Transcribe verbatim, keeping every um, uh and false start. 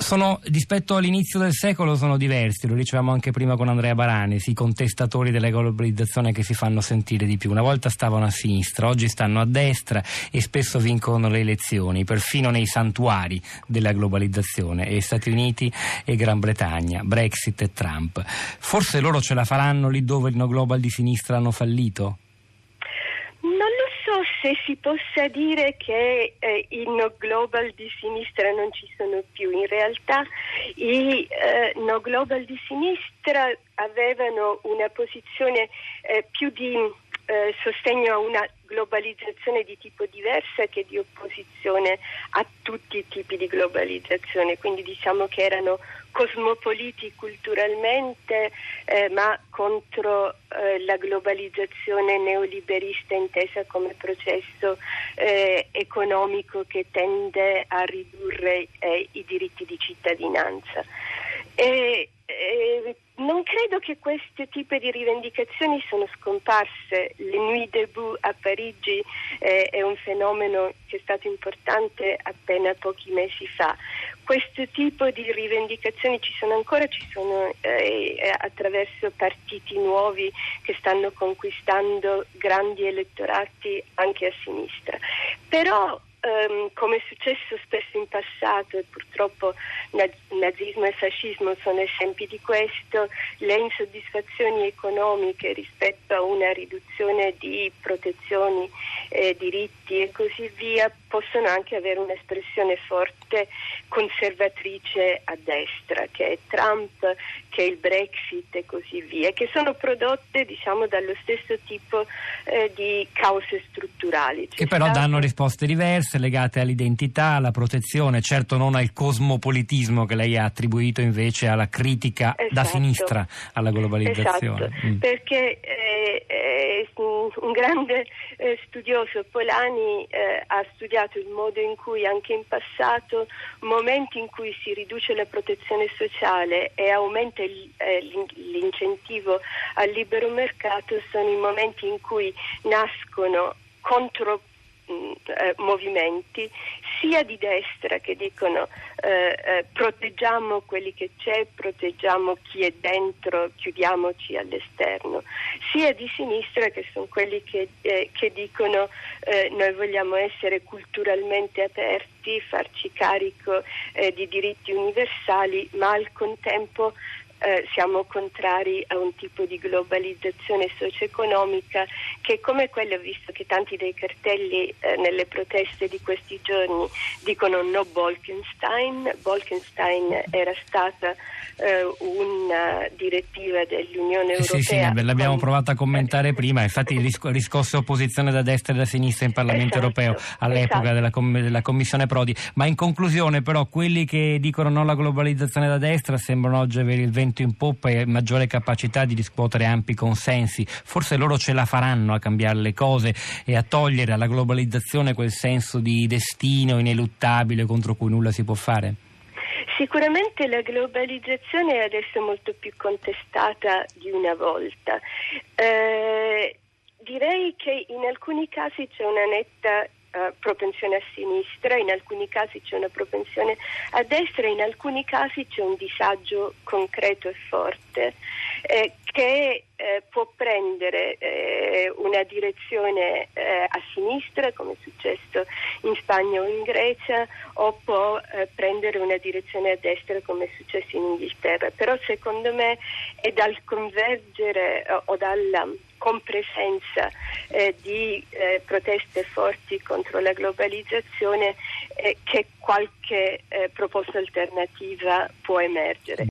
Sono, rispetto all'inizio del secolo sono diversi, lo dicevamo anche prima con Andrea Baranesi, i contestatori della globalizzazione che si fanno sentire di più. Una volta stavano a sinistra, oggi stanno a destra e spesso vincono le elezioni, perfino nei santuari della globalizzazione, e Stati Uniti e Gran Bretagna, Brexit e Trump. Forse loro ce la faranno lì dove il no global di sinistra hanno fallito? Non lo so se si possa dire che eh, i no global di sinistra non ci sono più. In realtà i eh, no global di sinistra avevano una posizione eh, più di eh, sostegno a una globalizzazione di tipo diversa che di opposizione a tutti i tipi di globalizzazione, quindi diciamo che erano cosmopoliti culturalmente, eh, ma contro eh, la globalizzazione neoliberista intesa come processo eh, economico che tende a ridurre eh, i diritti di cittadinanza. E, eh, non credo che questi tipi di rivendicazioni sono scomparse. Le Nuit debout a Parigi eh, è un fenomeno che è stato importante appena pochi mesi fa. Questo tipo di rivendicazioni ci sono ancora, ci sono eh, attraverso partiti nuovi che stanno conquistando grandi elettorati anche a sinistra. Però Um, come è successo spesso in passato, e purtroppo nazismo e fascismo sono esempi di questo, le insoddisfazioni economiche rispetto a una riduzione di protezioni, eh, diritti e così via possono anche avere un'espressione forte conservatrice a destra, che è Trump, che è il Brexit e così via, che sono prodotte diciamo dallo stesso tipo eh, di cause strutturali. C'è che però stato... danno risposte diverse, legate all'identità, alla protezione, certo non al cosmopolitismo che lei ha attribuito invece alla critica esatto. da sinistra alla globalizzazione. Esatto, mm. perché eh, eh, un grande eh, studioso, Polanyi, eh, ha studiato il modo in cui anche in passato momenti in cui si riduce la protezione sociale e aumenta il, eh, l'incentivo al libero mercato sono i momenti in cui nascono contro Eh, movimenti sia di destra che dicono eh, eh, proteggiamo quelli che c'è, proteggiamo chi è dentro, chiudiamoci all'esterno, sia di sinistra che sono quelli che, eh, che dicono eh, noi vogliamo essere culturalmente aperti, farci carico eh, di diritti universali, ma al contempo Eh, siamo contrari a un tipo di globalizzazione socio-economica che, come quelle, ho visto che tanti dei cartelli eh, nelle proteste di questi giorni dicono no Bolkestein. Bolkestein era stata eh, una direttiva dell'Unione Europea. Sì, sì, l'abbiamo con... provato a commentare prima, infatti riscosse opposizione da destra e da sinistra in Parlamento esatto, Europeo all'epoca esatto. della, com- della Commissione Prodi. Ma in conclusione però quelli che dicono no alla globalizzazione da destra sembrano oggi avere il vento in poppa e maggiore capacità di riscuotere ampi consensi. Forse loro ce la faranno a cambiare le cose e a togliere alla globalizzazione quel senso di destino ineluttabile contro cui nulla si può fare? Sicuramente la globalizzazione è adesso molto più contestata di una volta. Eh, direi che in alcuni casi c'è una netta Uh, propensione a sinistra, in alcuni casi c'è una propensione a destra, in alcuni casi c'è un disagio concreto e forte eh, che eh, può prendere eh, una direzione eh, a sinistra, come è successo in Spagna o in Grecia, o può eh, prendere una direzione a destra, come è successo in Inghilterra. Però secondo me è dal convergere o, o dalla compresenza eh, di eh, proteste forti contro la globalizzazione eh, che qualche eh, proposta alternativa può emergere.